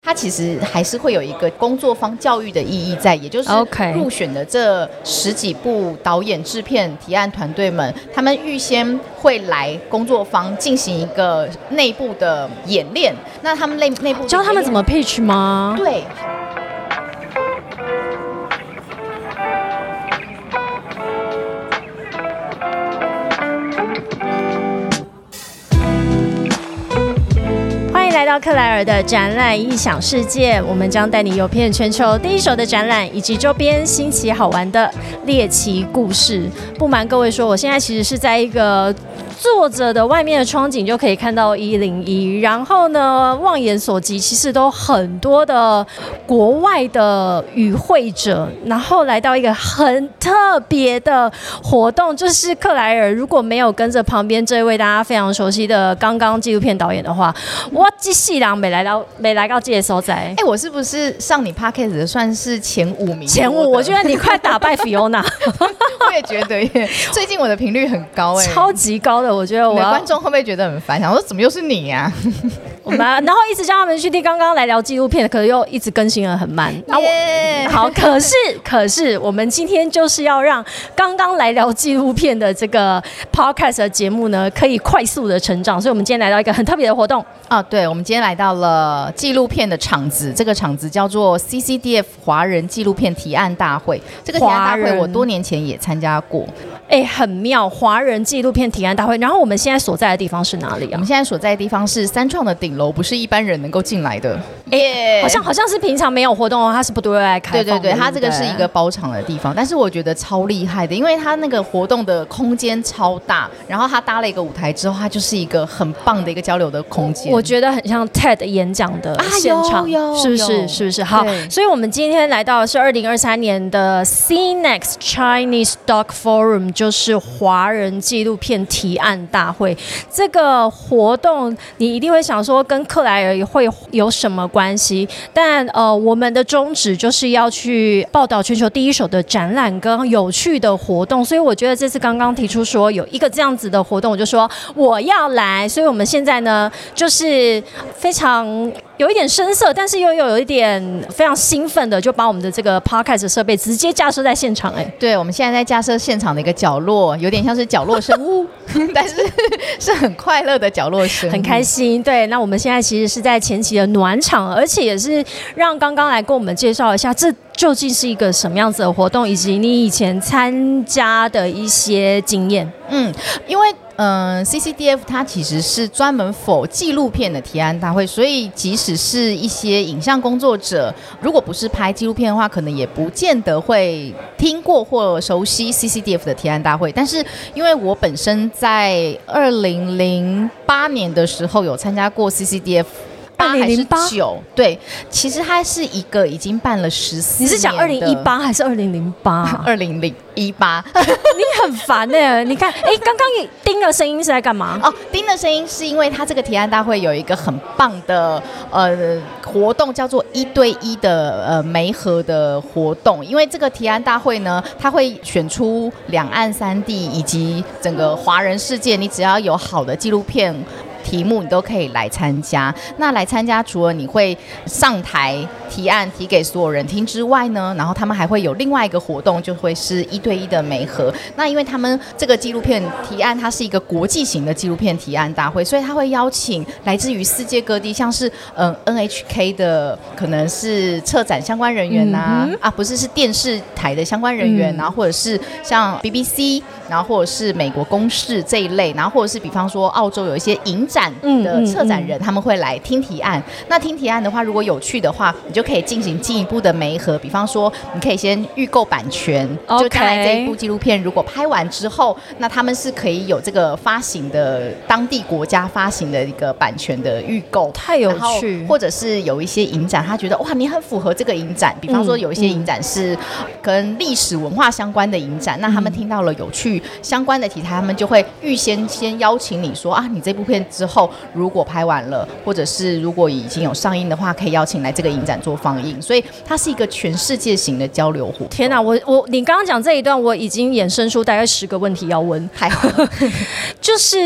它其实还是会有一个工作坊教育的意义在，也就是入选的这10几部导演、制片、提案团队们，他们预先会来工作坊进行一个内部的演练。那他们内部教他们怎么 pitch 吗？ 对。 来到克莱尔的展览异想世界，我们将带你游遍全球第一手的展览以及周边新奇好玩的猎奇故事。不瞒各位说，我现在其实是在一个坐着的外面的窗景就可以看到101，然后呢，望眼所及其实都很多的国外的与会者，然后来到一个很特别的活动，就是克莱尔如果没有跟着旁边这位大家非常熟悉的刚刚纪录片导演的话，我这世人没来到这个所在。 我是不是上你 podcast 的算是前5名？ 前5，我觉得你快打败 Fiona。 我也觉得耶，最近我的频率很高超级高的。我觉得我观众会不会觉得很烦？想说怎么又是你啊？ 然后一直叫他们去听刚刚来聊纪录片，可是又一直更新得很慢。好，可是我们今天就是要让刚刚来聊纪录片的这个 podcast 的节目呢，可以快速的成长。所以我们今天来到一个很特别的活动啊，对，我们今天来到了纪录片的场子，这个场子叫做 CCDF 华人纪录片提案大会。这个提案大会我多年前也参加过， 很妙，华人纪录片提案大会。然后我们现在所在的地方是哪里啊？ 我们现在所在的地方是三创的顶楼，不是一般人能够进来的。 好像是平常没有活动哦，它是不对外开放的。 对，它这个是一个包场的地方，但是我觉得超厉害的，因为它那个活动的空间超大，然后它搭了一个舞台之后，它就是一个很棒的一个交流的空间。 我觉得很像 TED 演讲的现场，是不是？好，所以我们今天来到的是2023年的 CNext Chinese Doc Forum， 就是华人纪录片提案大会。这个活动你一定会想说跟克莱尔会有什么关系？但我们的宗旨就是要去报道全球第一手的展览跟有趣的活动，所以我觉得这次刚刚提出说有一个这样子的活动，我就说我要来。所以我们现在呢，就是非常有一点生涩，但是又有一点非常兴奋的，就把我们的这个 podcast 设备直接架设在现场。 对，我们现在在架设现场的一个角落，有点像是角落生物，但是是很快乐的角落生物， 很开心。对，那我们现在其实是在前期的暖场，而且也是让刚刚来跟我们介绍一下这究竟是一个什么样子的活动，以及你以前参加的一些经验。 因为CCDF 它其实是专门 for 纪录片的提案大会，所以即使是一些影像工作者，如果不是拍纪录片的话，可能也不见得会听过或熟悉 CCDF 的提案大会。但是因为我本身在2008年的时候有参加过 CCDF。8还是9？对，其实它是一个已经办了14年的。 你是讲2018还是2008？2018， 你很烦你看，刚刚丁的声音是在干嘛？ 丁的声音是因为他这个提案大会有一个很棒的活动，叫做1对1的媒合的活动。因为这个提案大会呢，它会选出两岸三地以及整个华人世界，你只要有好的纪录片题目你都可以来参加。那来参加除了你会上台提案提给所有人听之外呢，然后他们还会有另外一个活动，就会是1对1的媒合。那因为他们这个纪录片提案它是一个国际型的纪录片提案大会，所以他会邀请来自于世界各地，像是NHK 的可能是策展相关人员不是电视台的相关人员，然后或者是像 BBC， 然后或者是美国公视这一类，然后或者是比方说澳洲有一些影展的策展人，他们会来听提案。那听提案的话，如果有趣的话，你就可以进行进一步的媒合。比方说，你可以先预购版权，就将来这一部纪录片如果拍完之后，那他们是可以有这个发行的当地国家发行的一个版权的预购， 太有趣。 或者是有一些影展，他觉得哇，你很符合这个影展。比方说，有一些影展是跟历史文化相关的影展，那他们听到了有趣相关的题材，他们就会预先邀请你说你这部片之后如果拍完了，或者是如果已经有上映的话，可以邀请来这个影展做放映。所以它是一个全世界型的交流活动。 天哪，你刚刚讲这一段，我已经衍生出大概10个问题要问。 太好了， 就是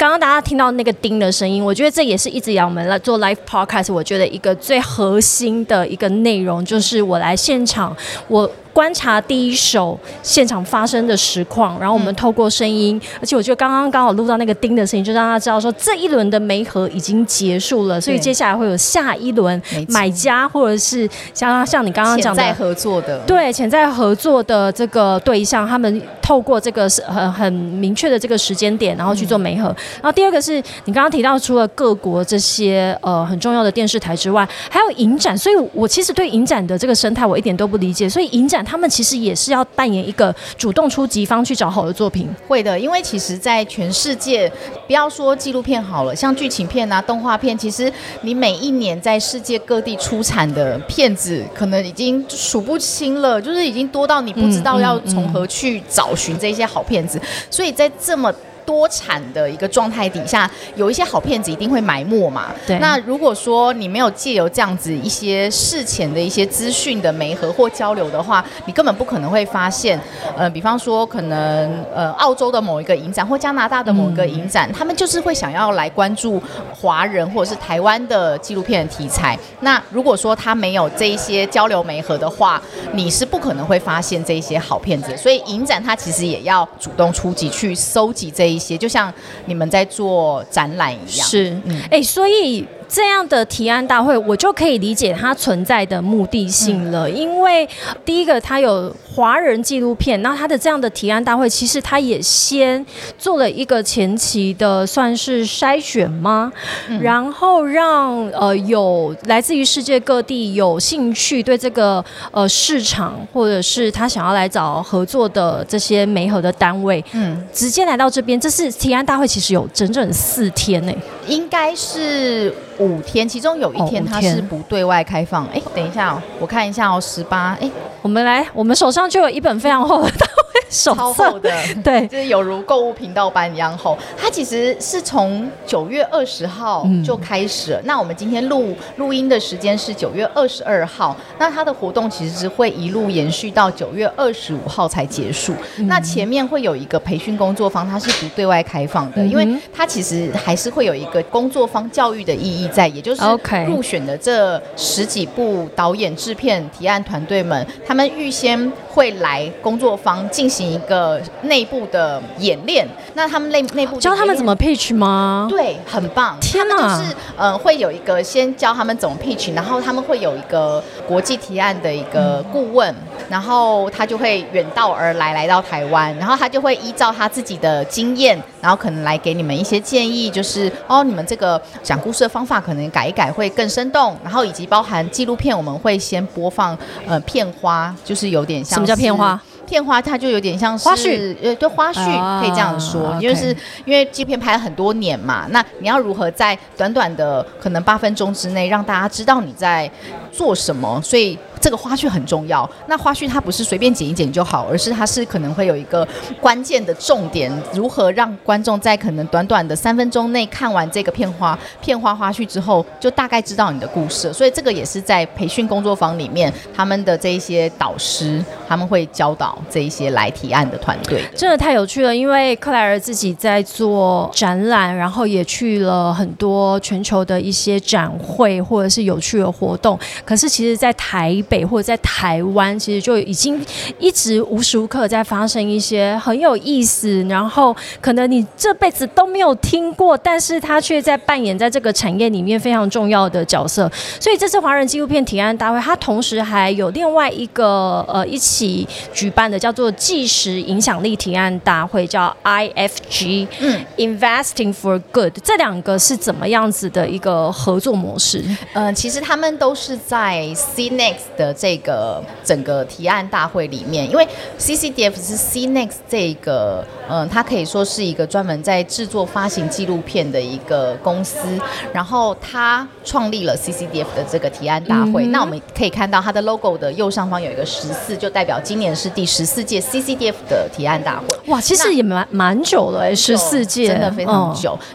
刚刚大家听到那个叮的声音，我觉得这也是一直以来我们来做 live podcast， 我觉得一个最核心的一个内容，就是我来现场，我观察第一手现场发生的实况，然后我们透过声音，而且我觉得刚好录到那个叮的声音，就让他知道说这一轮的媒合已经结束了，所以接下来会有下一轮买家或者是像你刚刚讲的潜在合作的， 对，潜在合作的这个对象，他们透过这个很明确的这个时间点，然后去做媒合。然后第二个是你刚刚提到，除了各国这些很重要的电视台之外，还有影展，所以我其实对影展的这个生态我一点都不理解，所以影展他们其实也是要扮演一个主动出击方去找好的作品。 会的，因为其实在全世界，不要说纪录片好了，像剧情片啊、动画片，其实你每一年在世界各地出产的片子可能已经数不清了，就是已经多到你不知道要从何去找寻这些好片子，所以在这么多产的一个状态底下，有一些好片子一定会埋没嘛。 对。 那如果说你没有借由这样子一些事前的一些资讯的媒合或交流的话，你根本不可能会发现，比方说可能澳洲的某一个影展或加拿大的某一个影展，他们就是会想要来关注华人或者是台湾的纪录片的题材。那如果说他没有这一些交流媒合的话，你是不可能会发现这一些好片子。所以影展它其实也要主动出击去搜集这一些，就像你们在做展览一样。 是，所以这样的提案大会，我就可以理解它存在的目的性了。因为第一个，它有华人纪录片，那它的这样的提案大会，其实它也先做了一个前期的算是筛选吗？然后让有来自于世界各地有兴趣对这个市场，或者是他想要来找合作的这些媒合的单位，直接来到这边。这次提案大会其实有整整4天呢， 应该是5天，其中有1天它是不对外开放。等一下我看一下18。 我们手上就有一本非常厚的大会手册， 超厚的， 对， 就是有如购物频道般一样厚。它其实是从9月20号就开始了。那我们今天录音的时间是9月22号，那它的活动其实是会一路延续到9月25号才结束。那前面会有一个培训工作坊，它是不对外开放的，因为它其实还是会有一个工作坊教育的意义在，也就是入选的这10几部导演、制片、提案团队们，他们预先会来工作坊进行一个内部的演练。那他们内部教他们怎么 pitch 吗？ 对，很棒。 天哪！ 他们就是会有一个先教他们怎么 pitch， 然后他们会有一个国际提案的一个顾问，然后他就会远道而来到台湾，然后他就会依照他自己的经验，然后可能来给你们一些建议，就是你们这个讲故事的方法可能改一改会更生动，然后以及包含纪录片我们会先播放片花，就是有点像。 什么叫片花？ 片花它就有点像是花絮， 对，花絮可以这样说，就是因为纪录片拍了很多年嘛，那你要如何在短短的可能8分钟之内让大家知道你在做什么，所以这个花絮很重要。那花絮它不是随便剪一剪就好，而是它是可能会有一个关键的重点，如何让观众在可能短短的3分钟内看完这个片花花絮之后，就大概知道你的故事。所以这个也是在培训工作坊里面，他们的这一些导师他们会教导这一些来提案的团队。 真的太有趣了，因为克莱尔自己在做展览，然后也去了很多全球的一些展会或者是有趣的活动，可是其实在台北或者在台湾，其实就已经一直无时无刻在发生一些很有意思，然后可能你这辈子都没有听过，但是他却在扮演在这个产业里面非常重要的角色。所以这次华人纪录片提案大会，它同时还有另外一个一起举办的叫做纪实影响力提案大会，叫 IFG， Investing for Good。这2个是怎么样子的一个合作模式？ 其实他们都是在 CNEX 的这个整个提案大会里面，因为 CCDF 是 CNEX 这个它可以说是一个专门在制作发行纪录片的一个公司，然后它创立了 CCDF 的这个提案大会。那我们可以看到它的 logo 的右上方有一个14，就代表今年是第14届 CCDF 的提案大会。 哇，其实也蛮久了，14届真的非常久。那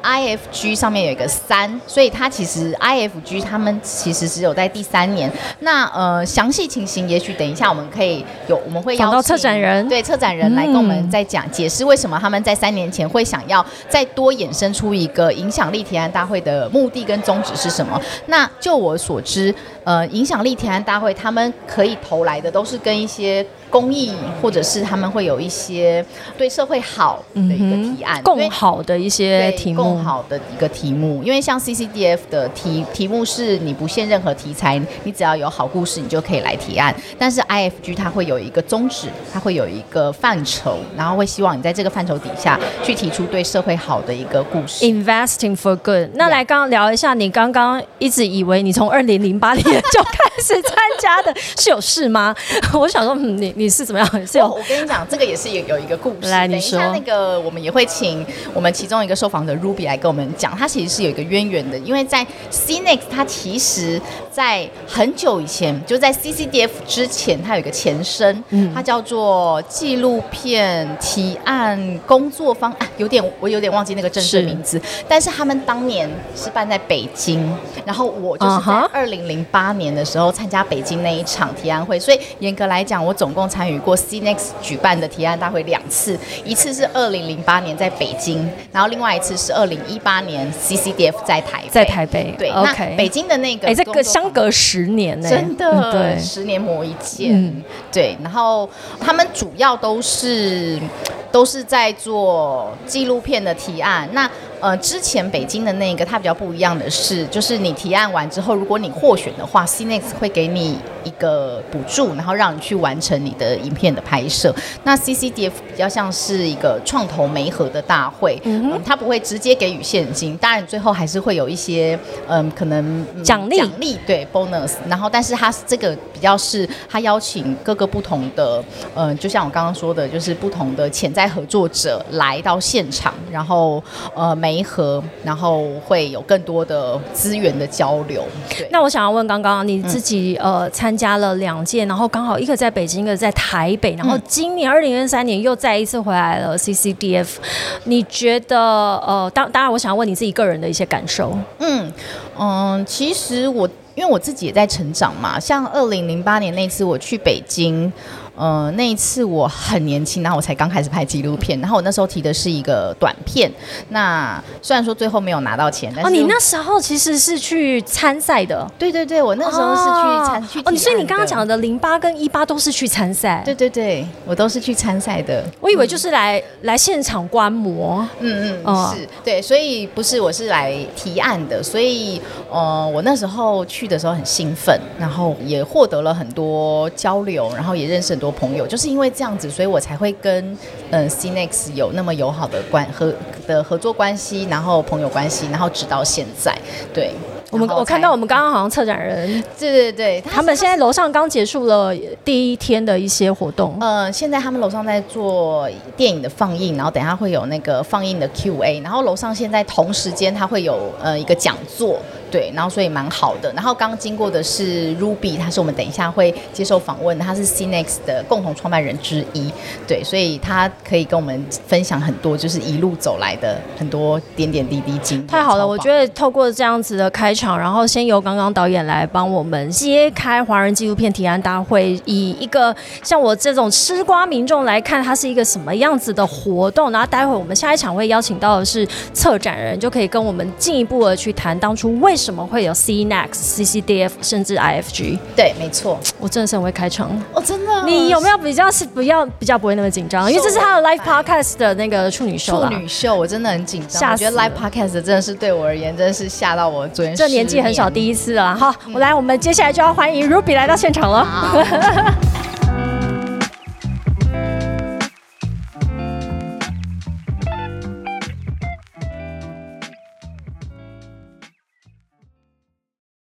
IFG 上面有一个3，所以它其实 IFG 他们其实只有在第3年。那详细情形也许等一下我们会邀请到策展人， 对，策展人来跟我们再解释为什么他们在3年前会想要再多衍生出一个影响力提案大会的目的跟宗旨是什么。那就我所知，影响力提案大会他们可以投来的都是跟一些公益，或者是他们会有一些对社会好的一个提案， 更好的一些题目， 更好的一个题目。因为像 CCDF 的题目是你不限任何题材，你只要有好故事，你就可以来提案。但是 IFG 它会有一个宗旨，它会有一个范畴，然后会希望你在这个范畴底下去提出对社会好的一个故事。 Investing for good。那来刚刚聊一下，你刚刚一直以为你从2008年就开始参加的，是有事吗？我想说，你是怎么样？ 我跟你讲，这个也是有一个故事。 来，你说。 等一下那个我们也会请我们其中一个受访者 Ruby 来跟我们讲，他其实是有一个渊源的，因为在 CNEX 它其实在很久以前，就在 CCDF 之前，它有一个前身，它叫做纪录片提案工作坊，我有点忘记那个正式名字，但是他们当年是办在北京，然后我就是在2008年的时候参加北京那一场提案会，所以严格来讲，我总共参与过 CNEX 举办的提案大会2次，一次是2008年在北京，然后另外一次是2018年 CCDF 在台北。对， OK， 那北京的那个， 这个相隔10年呢， 真的， 对 ，10年磨一剑，对。然后他们主要都是在做纪录片的提案。那之前北京的那个它比较不一样的是，就是你提案完之后，如果你获选的话 ，CNEX 会给你一个补助，然后让你去完成你的影片的拍摄。那 CCDF 比较像是一个创投媒合的大会，它不会直接给予现金，当然最后还是会有一些可能奖励， 对 bonus。然后但是它这个比较是它邀请各个不同的就像我刚刚说的，就是不同的潜在合作者来到现场，然后媒合，然后会有更多的资源的交流。对， 那我想要问，刚刚你自己参加了2届，然后刚好一个在北京，一个在台北，然后今年2023年又再一次回来了 CCDF， 你觉得当然我想要问你自己个人的一些感受。 其实因为我自己也在成长嘛，像2008年那次我去北京。那一次我很年轻，然后我才刚开始拍纪录片，然后我那时候提的是一个短片。那虽然说最后没有拿到钱，但是你那时候其实是去参赛的。 对，我那时候是去所以你刚刚讲的08跟18都是去参赛。 对，我都是去参赛的。 我以为就是来现场观摩。 是，对，所以不是，我是来提案的，所以我那时候去的时候很兴奋，然后也获得了很多交流，然后也认识很多朋友，就是因为这样子，所以我才会跟CNEX 有那么友好的合作关系，然后朋友关系，然后直到现在。对， 我看到我们刚刚好像策展人， 对， 他们现在楼上刚结束了第1天的一些活动。 现在他们楼上在做电影的放映，然后等一下会有那个放映的 QA， 然后楼上现在同时间他会有一个讲座。对，然后所以蛮好的。然后刚刚经过的是 Ruby， 他是我们等一下会接受访问，他是 CNEX 的共同创办人之一。对，所以他可以跟我们分享很多，就是一路走来的很多点点滴滴经验。 太好了，我觉得透过这样子的开场，然后先由刚刚导演来帮我们揭开华人纪录片提案大会，以一个像我这种吃瓜民众来看，它是一个什么样子的活动。然后待会我们下一场会邀请到的是策展人，就可以跟我们进一步的去谈当初为什么会有 CNEX、CCDF 甚至 IFG。 对，没错， 我真的是很会开场真的。 你有没有比较不会那么紧张？因为这是他的 live podcast 的那个处女秀。 我真的很紧张。我觉得 live podcast 真的是对我而言，真的是吓到我昨天。 这年纪很小第一次了。好，我们接下来就要欢迎 Ruby 来到现场了。